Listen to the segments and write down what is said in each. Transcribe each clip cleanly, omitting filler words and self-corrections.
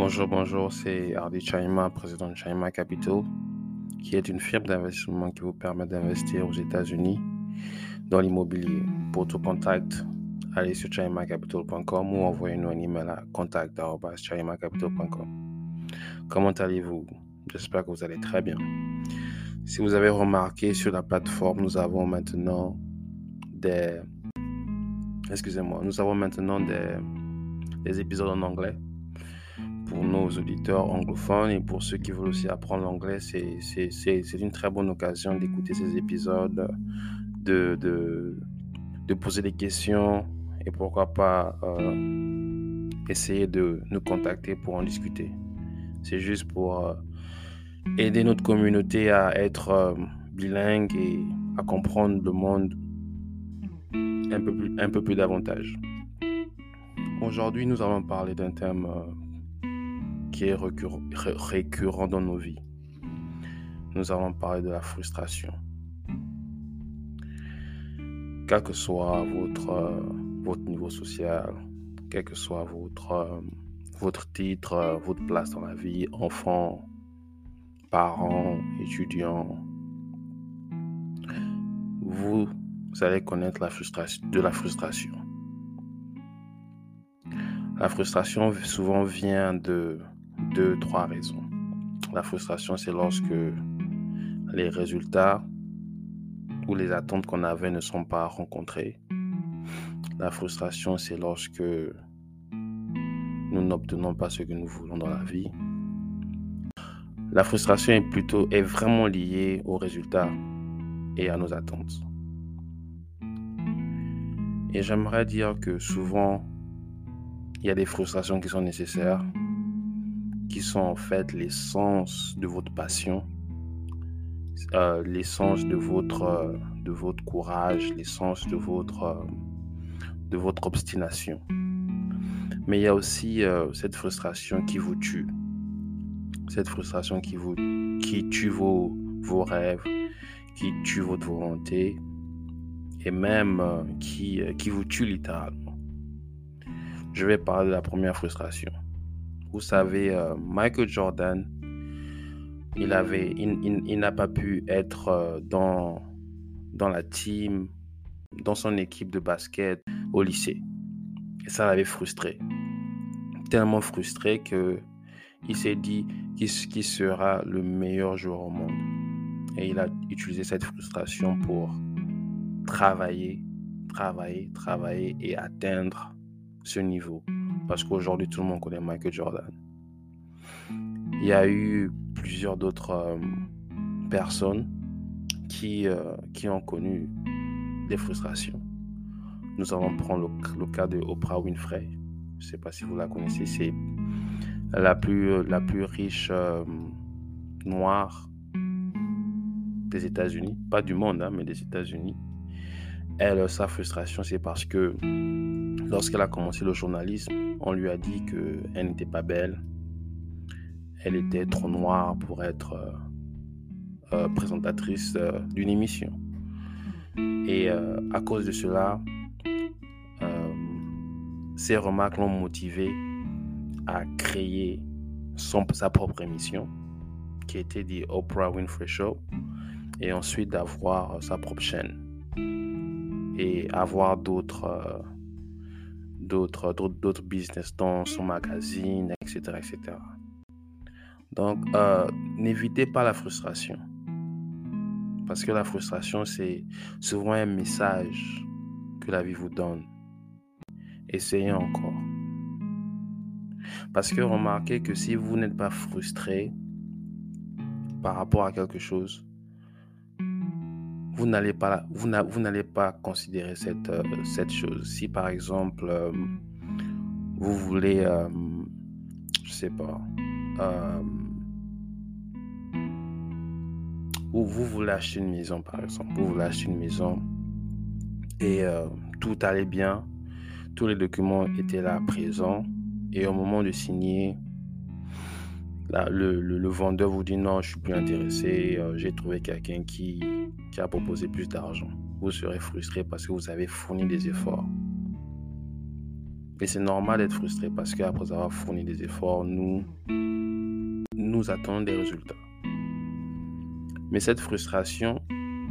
Bonjour, c'est Hardy Chaima, président de Chaima Capital, qui est une firme d'investissement qui vous permet d'investir aux États-Unis dans l'immobilier. Pour tout contact, allez sur chaimacapital.com ou envoyez-nous un email à contact@chaimacapital.com. Comment allez-vous? J'espère que vous allez très bien. Si vous avez remarqué sur la plateforme, nous avons maintenant des épisodes en anglais. Pour nos auditeurs anglophones et pour ceux qui veulent aussi apprendre l'anglais, c'est une très bonne occasion d'écouter ces épisodes, de poser des questions et pourquoi pas essayer de nous contacter pour en discuter. C'est juste pour aider notre communauté à être bilingue et à comprendre le monde un peu plus davantage. Aujourd'hui, nous allons parler d'un thème qui est récurrent dans nos vies. Nous allons parler de la frustration. Quel que soit votre niveau social, quel que soit votre titre, votre place dans la vie, enfant, parent, étudiant, vous allez connaître la frustration. La frustration souvent vient de 3 raisons. La frustration, c'est lorsque les résultats ou les attentes qu'on avait ne sont pas rencontrés. La frustration, c'est lorsque nous n'obtenons pas ce que nous voulons dans la vie. La frustration est vraiment liée aux résultats et à nos attentes. Et j'aimerais dire que souvent, il y a des frustrations qui sont nécessaires, qui sont en fait l'essence de votre passion, l'essence de votre courage, l'essence de votre obstination. Mais il y a aussi cette frustration qui vous tue. Cette frustration qui tue vos rêves, qui tue votre volonté et même qui vous tue littéralement. Je vais parler de la première frustration. Vous savez, Michael Jordan, il n'a pas pu être dans la team, dans son équipe de basket au lycée. Et ça l'avait frustré. Tellement frustré qu'il s'est dit qu'il sera le meilleur joueur au monde. Et il a utilisé cette frustration pour travailler et atteindre ce niveau. Parce qu'aujourd'hui, tout le monde connaît Michael Jordan. Il y a eu plusieurs d'autres personnes qui ont connu des frustrations. Nous allons prendre le cas de Oprah Winfrey. Je ne sais pas si vous la connaissez. C'est la plus riche noire des États-Unis. Pas du monde, mais des États-Unis. Elle, sa frustration, c'est parce que lorsqu'elle a commencé le journalisme, on lui a dit qu'elle n'était pas belle. Elle était trop noire pour être présentatrice d'une émission. Et à cause de cela, ces remarques l'ont motivée à créer sa propre émission, qui était The Oprah Winfrey Show, et ensuite d'avoir sa propre chaîne et avoir d'autres business dans son magazine, etc. etc. Donc, n'évitez pas la frustration. Parce que la frustration, c'est souvent un message que la vie vous donne. Essayez encore. Parce que remarquez que si vous n'êtes pas frustré par rapport à quelque chose, vous n'allez pas considérer cette chose. Si par exemple, vous voulez, vous voulez acheter une maison, par exemple. Vous voulez acheter une maison et tout allait bien. Tous les documents étaient là présents. Et au moment de signer, le vendeur vous dit non, je suis plus intéressé. J'ai trouvé quelqu'un qui a proposé plus d'argent. Vous serez frustré parce que vous avez fourni des efforts. Et c'est normal d'être frustré parce qu'après avoir fourni des efforts, nous attendons des résultats. Mais cette frustration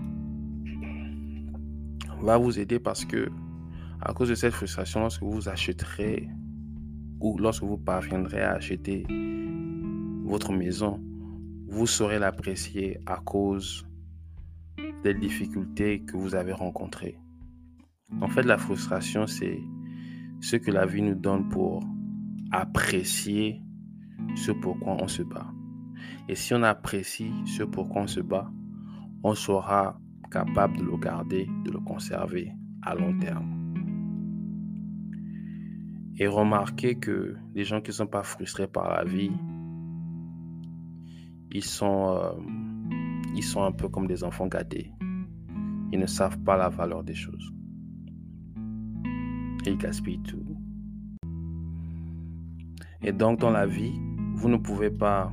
va vous aider parce que, à cause de cette frustration, lorsque vous achèterez ou lorsque vous parviendrez à acheter votre maison, vous saurez l'apprécier à cause des difficultés que vous avez rencontrées. En fait, la frustration, c'est ce que la vie nous donne pour apprécier ce pourquoi on se bat. Et si on apprécie ce pourquoi on se bat, on sera capable de le garder, de le conserver à long terme. Et remarquez que les gens qui ne sont pas frustrés par la vie, ils sont un peu comme des enfants gâtés. Ils ne savent pas la valeur des choses. Et ils gaspillent tout. Et donc, dans la vie, vous ne pouvez pas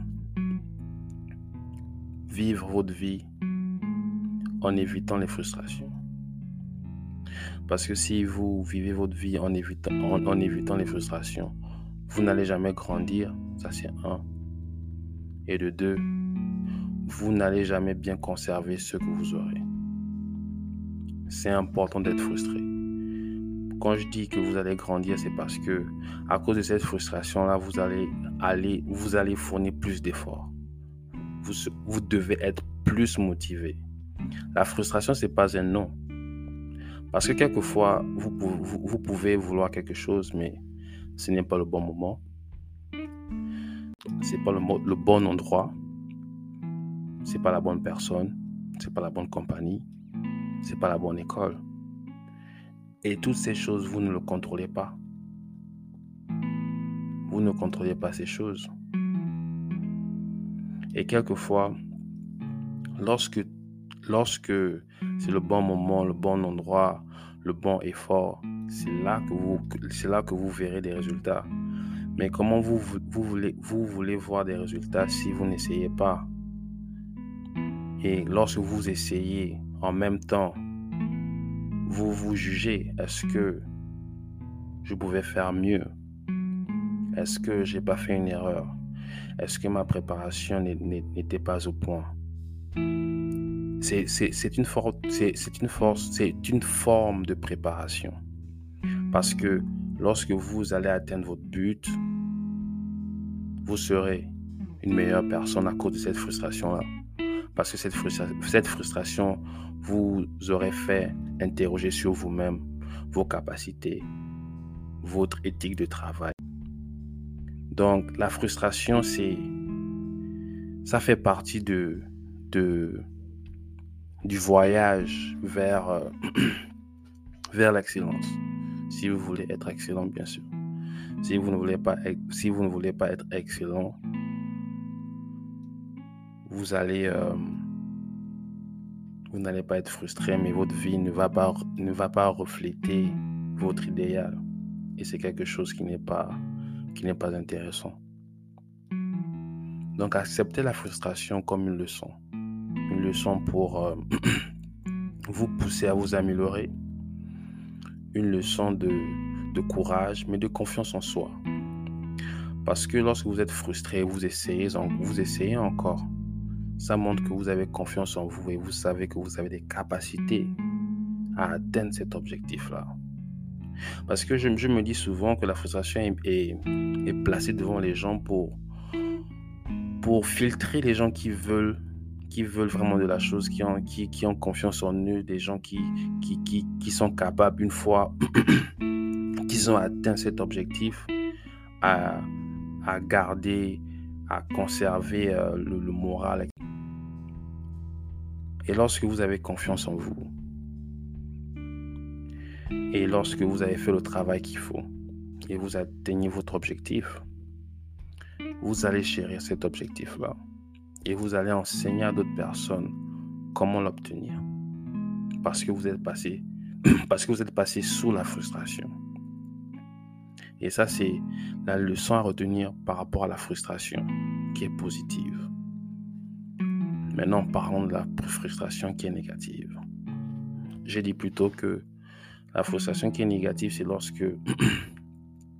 vivre votre vie en évitant les frustrations. Parce que si vous vivez votre vie en évitant les frustrations, vous n'allez jamais grandir, ça c'est un. Et de deux, vous n'allez jamais bien conserver ce que vous aurez. C'est important d'être frustré. Quand je dis que vous allez grandir, c'est parce que à cause de cette frustration-là, vous allez fournir plus d'efforts. Vous devez être plus motivé. La frustration, c'est pas un non. Parce que quelquefois, vous pouvez vouloir quelque chose, mais ce n'est pas le bon moment. Ce n'est pas le bon endroit. Ce n'est pas la bonne personne. Ce n'est pas la bonne compagnie. Ce n'est pas la bonne école. Et toutes ces choses, vous ne le contrôlez pas. Vous ne contrôlez pas ces choses. Et quelquefois, lorsque c'est le bon moment, le bon endroit, le bon effort, c'est là que vous verrez des résultats. Mais comment vous voulez voir des résultats si vous n'essayez pas? Et lorsque vous essayez, en même temps, vous vous jugez. Est-ce que je pouvais faire mieux? Est-ce que j'ai pas fait une erreur? Est-ce que ma préparation n'était pas au point? C'est une forme de préparation. Parce que lorsque vous allez atteindre votre but, vous serez une meilleure personne à cause de cette frustration-là. Parce que cette frustration vous aurait fait interroger sur vous-même, vos capacités, votre éthique de travail. Donc, la frustration, ça fait partie du voyage vers l'excellence. Si vous voulez être excellent, bien sûr. Si vous ne voulez pas être excellent, vous n'allez pas être frustré, mais votre vie ne va pas refléter votre idéal. Et c'est quelque chose qui n'est pas intéressant. Donc, acceptez la frustration comme une leçon. Une leçon pour vous pousser à vous améliorer. Une leçon de courage, mais de confiance en soi. Parce que lorsque vous êtes frustré, vous essayez encore. Ça montre que vous avez confiance en vous et vous savez que vous avez des capacités à atteindre cet objectif-là. Parce que je me dis souvent que la frustration est placée devant les gens pour filtrer les gens qui veulent vraiment de la chose, qui ont confiance en eux, des gens qui sont capables, une fois qu'ils ont atteint cet objectif, à garder, à conserver le moral. Et lorsque vous avez confiance en vous, et lorsque vous avez fait le travail qu'il faut, et vous atteignez votre objectif, vous allez chérir cet objectif-là. Et vous allez enseigner à d'autres personnes comment l'obtenir. Parce que vous êtes passé sous la frustration. Et ça, c'est la leçon à retenir par rapport à la frustration qui est positive. Maintenant, parlons de la frustration qui est négative. J'ai dit plutôt que la frustration qui est négative, c'est lorsque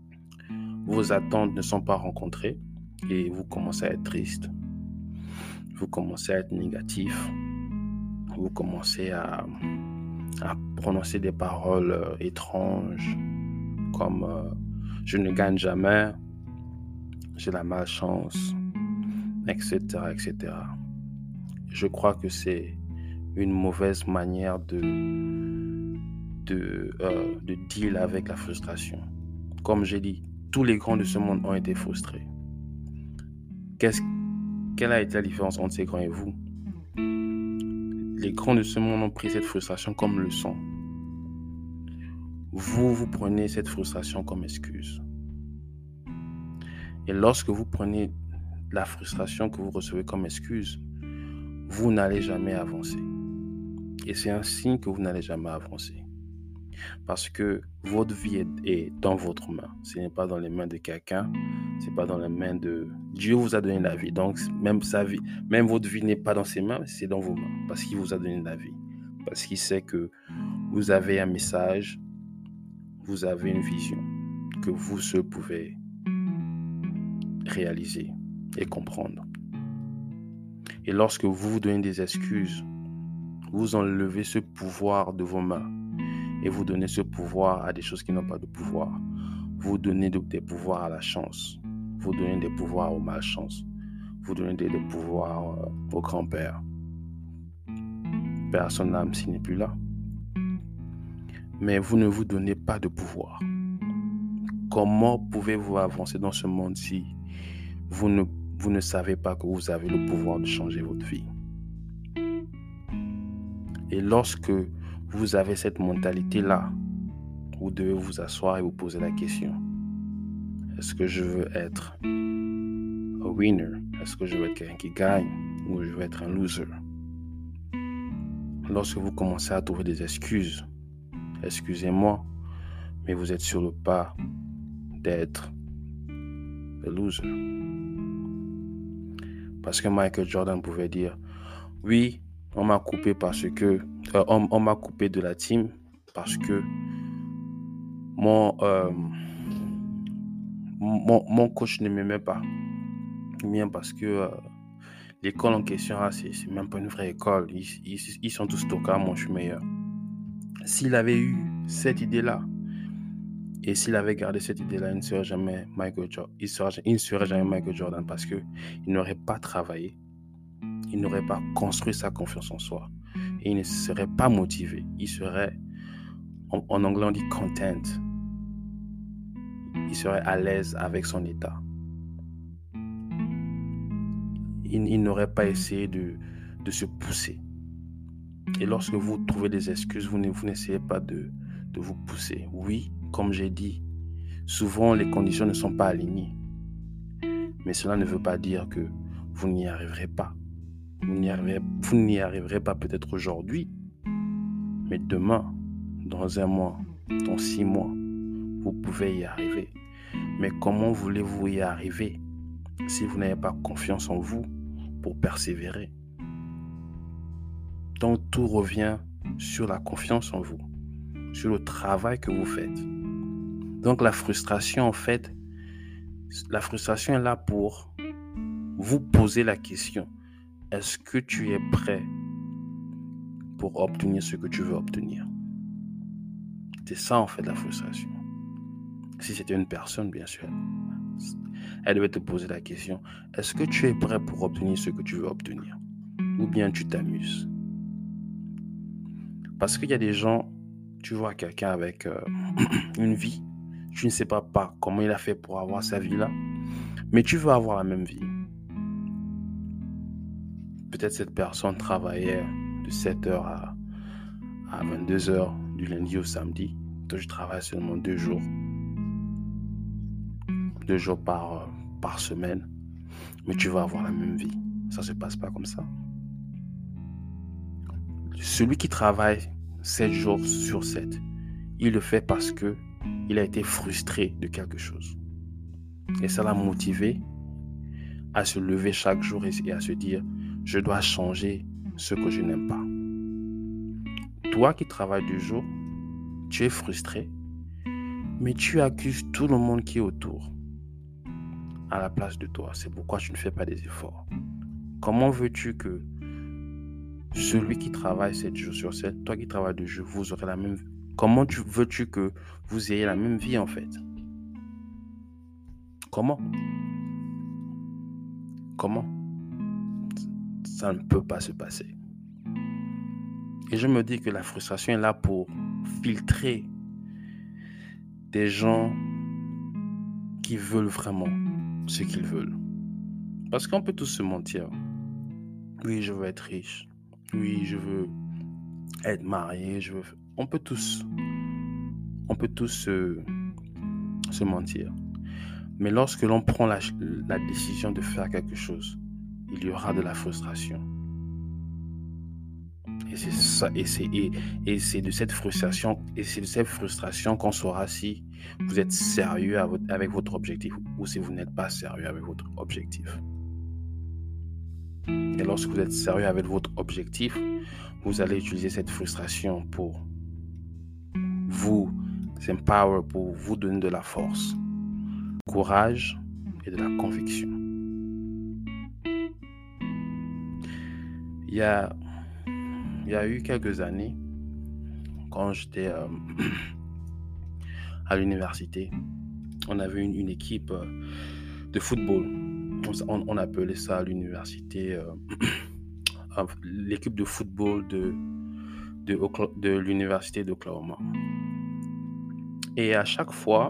vos attentes ne sont pas rencontrées et vous commencez à être triste, vous commencez à être négatif, vous commencez à prononcer des paroles étranges comme je ne gagne jamais, j'ai la malchance, etc., etc. Je crois que c'est une mauvaise manière de deal avec la frustration. Comme j'ai dit, tous les grands de ce monde ont été frustrés. Quelle a été la différence entre ces grands et vous? Les grands de ce monde ont pris cette frustration comme leçon. Vous prenez cette frustration comme excuse. Et lorsque vous prenez la frustration que vous recevez comme excuse, vous n'allez jamais avancer. Et c'est un signe que vous n'allez jamais avancer. Parce que votre vie est dans votre main. Ce n'est pas dans les mains de quelqu'un. Ce n'est pas dans les mains de... Dieu vous a donné la vie. Donc, même votre vie n'est pas dans ses mains, c'est dans vos mains. Parce qu'il vous a donné la vie. Parce qu'il sait que vous avez un message, vous avez une vision que vous seul pouvez réaliser et comprendre. Et lorsque vous vous donnez des excuses, vous enlevez ce pouvoir de vos mains et vous donnez ce pouvoir à des choses qui n'ont pas de pouvoir. Vous donnez des pouvoirs à la chance. Vous donnez des pouvoirs aux malchances. Vous donnez des pouvoirs au grand-père. Père, son âme s'il n'est plus là. Mais vous ne vous donnez pas de pouvoir. Comment pouvez-vous avancer dans ce monde si vous ne savez pas que vous avez le pouvoir de changer votre vie? Et lorsque vous avez cette mentalité-là, vous devez vous asseoir et vous poser la question. Est-ce que je veux être un winner? Est-ce que je veux être quelqu'un qui gagne? Ou je veux être un loser? Lorsque vous commencez à trouver des excuses, excusez-moi, mais vous êtes sur le pas d'être un loser. Parce que Michael Jordan pouvait dire, oui, on m'a coupé parce que on m'a coupé de la team parce que mon coach ne m'aimait pas. Bien parce que l'école en question, c'est même pas une vraie école. Ils sont tous tocards, moi je suis meilleur. S'il avait eu cette idée-là, et s'il avait gardé cette idée-là, il ne serait jamais Michael Jordan. Il ne serait jamais Michael Jordan parce qu'il n'aurait pas travaillé. Il n'aurait pas construit sa confiance en soi. Et il ne serait pas motivé. Il serait, en anglais on dit content. Il serait à l'aise avec son état. Il n'aurait pas essayé de se pousser. Et lorsque vous trouvez des excuses, vous n'essayez pas de vous pousser. Oui, comme j'ai dit, souvent les conditions ne sont pas alignées. Mais cela ne veut pas dire que vous n'y arriverez pas. Vous n'y arriverez pas peut-être aujourd'hui, mais demain, dans 1 mois, dans 6 mois, vous pouvez y arriver. Mais comment voulez-vous y arriver si vous n'avez pas confiance en vous pour persévérer? Donc tout revient sur la confiance en vous, sur le travail que vous faites. Donc la frustration, en fait, la frustration est là pour vous poser la question. Est-ce que tu es prêt pour obtenir ce que tu veux obtenir? C'est ça, en fait, la frustration. Si c'était une personne, bien sûr, elle devait te poser la question. Est-ce que tu es prêt pour obtenir ce que tu veux obtenir? Ou bien tu t'amuses? Parce qu'il y a des gens, tu vois quelqu'un avec une vie, tu ne sais pas comment il a fait pour avoir sa vie là, mais tu veux avoir la même vie. Peut-être cette personne travaillait de 7h à 22h du lundi au samedi. Toi, je travaille seulement 2 jours. 2 jours par semaine. Mais tu vas avoir la même vie. Ça ne se passe pas comme ça. Celui qui travaille 7 jours sur 7, il le fait parce que il a été frustré de quelque chose. Et ça l'a motivé à se lever chaque jour et à se dire « Je dois changer ce que je n'aime pas ». Toi qui travailles 2 jours, tu es frustré, mais tu accuses tout le monde qui est autour. à la place de toi. C'est pourquoi tu ne fais pas des efforts. Comment veux-tu que celui qui travaille 7 jours sur 7, toi qui travailles 2 jours, vous aurez la même vie? Comment veux-tu que vous ayez la même vie en fait? Comment? Comment? Ça ne peut pas se passer. Et je me dis que la frustration est là pour filtrer des gens qui veulent vraiment ce qu'ils veulent. Parce qu'on peut tous se mentir. Oui, je veux être riche. Oui, je veux être marié. On peut tous se mentir. Mais lorsque l'on prend la décision de faire quelque chose, il y aura de la frustration. Et c'est ça, et c'est de cette frustration qu'on saura si vous êtes sérieux avec votre objectif ou si vous n'êtes pas sérieux avec votre objectif. Et lorsque vous êtes sérieux avec votre objectif, vous allez utiliser cette frustration pour vous empower, pour vous donner de la force, courage et de la conviction. Il y a eu quelques années, quand j'étais à l'université, on avait une équipe de football. On appelait ça à l'université l'équipe de football de l'université d'Oklahoma. Et à chaque fois,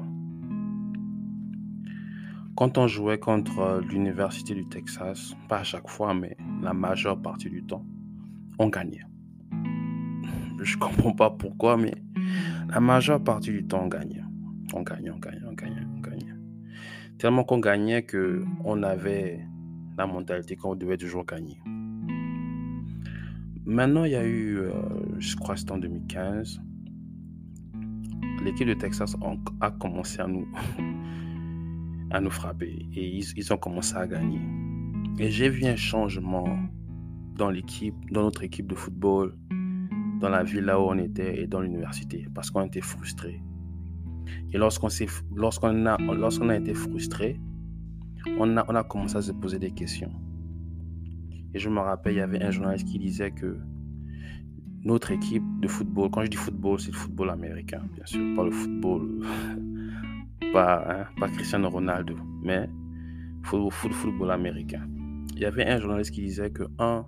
quand on jouait contre l'université du Texas, pas à chaque fois, mais la majeure partie du temps, on gagnait. Je comprends pas pourquoi, mais la majeure partie du temps, on gagnait. On gagnait. Tellement qu'on gagnait qu'on avait la mentalité qu'on devait toujours gagner. Maintenant, il y a eu, je crois que c'était en 2015, l'équipe de Texas a commencé à nous frapper et ils ont commencé à gagner. Et j'ai vu un changement dans notre équipe de football, dans la ville là où on était et dans l'université, parce qu'on était frustrés. Et lorsqu'on a été frustrés, on a commencé à se poser des questions. Et je me rappelle, il y avait un journaliste qui disait que notre équipe de football, quand je dis football, c'est le football américain, bien sûr, pas le football, pas Cristiano Ronaldo, mais football américain. Il y avait un journaliste qui disait que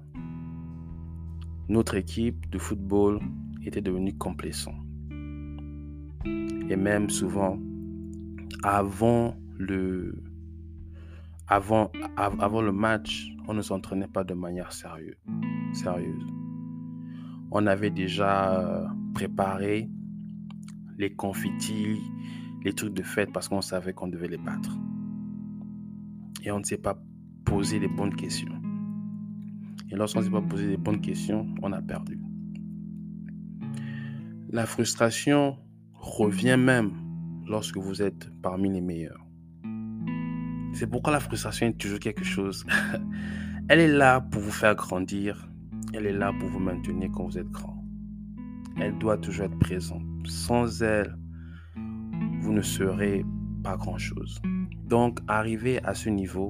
notre équipe de football était devenue complacent. Et même souvent, avant le match, on ne s'entraînait pas de manière sérieuse. On avait déjà préparé les confettis, les trucs de fête parce qu'on savait qu'on devait les battre. Et on ne s'est pas posé les bonnes questions. Et lorsqu'on ne s'est pas posé les bonnes questions, on a perdu. La frustration revient même lorsque vous êtes parmi les meilleurs. C'est pourquoi la frustration est toujours quelque chose. Elle est là pour vous faire grandir. Elle est là pour vous maintenir quand vous êtes grand. Elle doit toujours être présente. Sans elle, vous ne serez pas grand-chose. Donc, arriver à ce niveau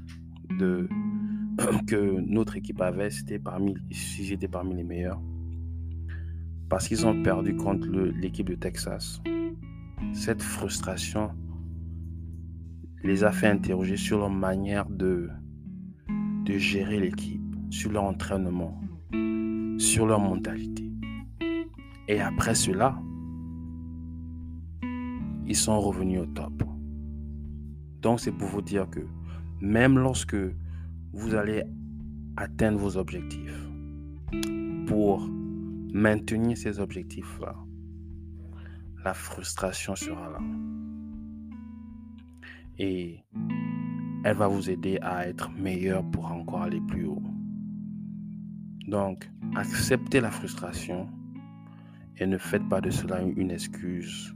que notre équipe avait, ils étaient parmi les meilleurs. Parce qu'ils ont perdu contre l'équipe de Texas. Cette frustration les a fait interroger sur leur manière de gérer l'équipe, sur leur entraînement, sur leur mentalité. Et après cela, ils sont revenus au top. Donc c'est pour vous dire que même lorsque vous allez atteindre vos objectifs, pour maintenir ces objectifs-là, la frustration sera là. Et elle va vous aider à être meilleur pour encore aller plus haut. Donc, acceptez la frustration et ne faites pas de cela une excuse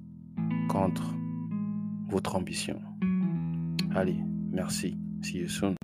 contre votre ambition. Allez, merci. See you soon.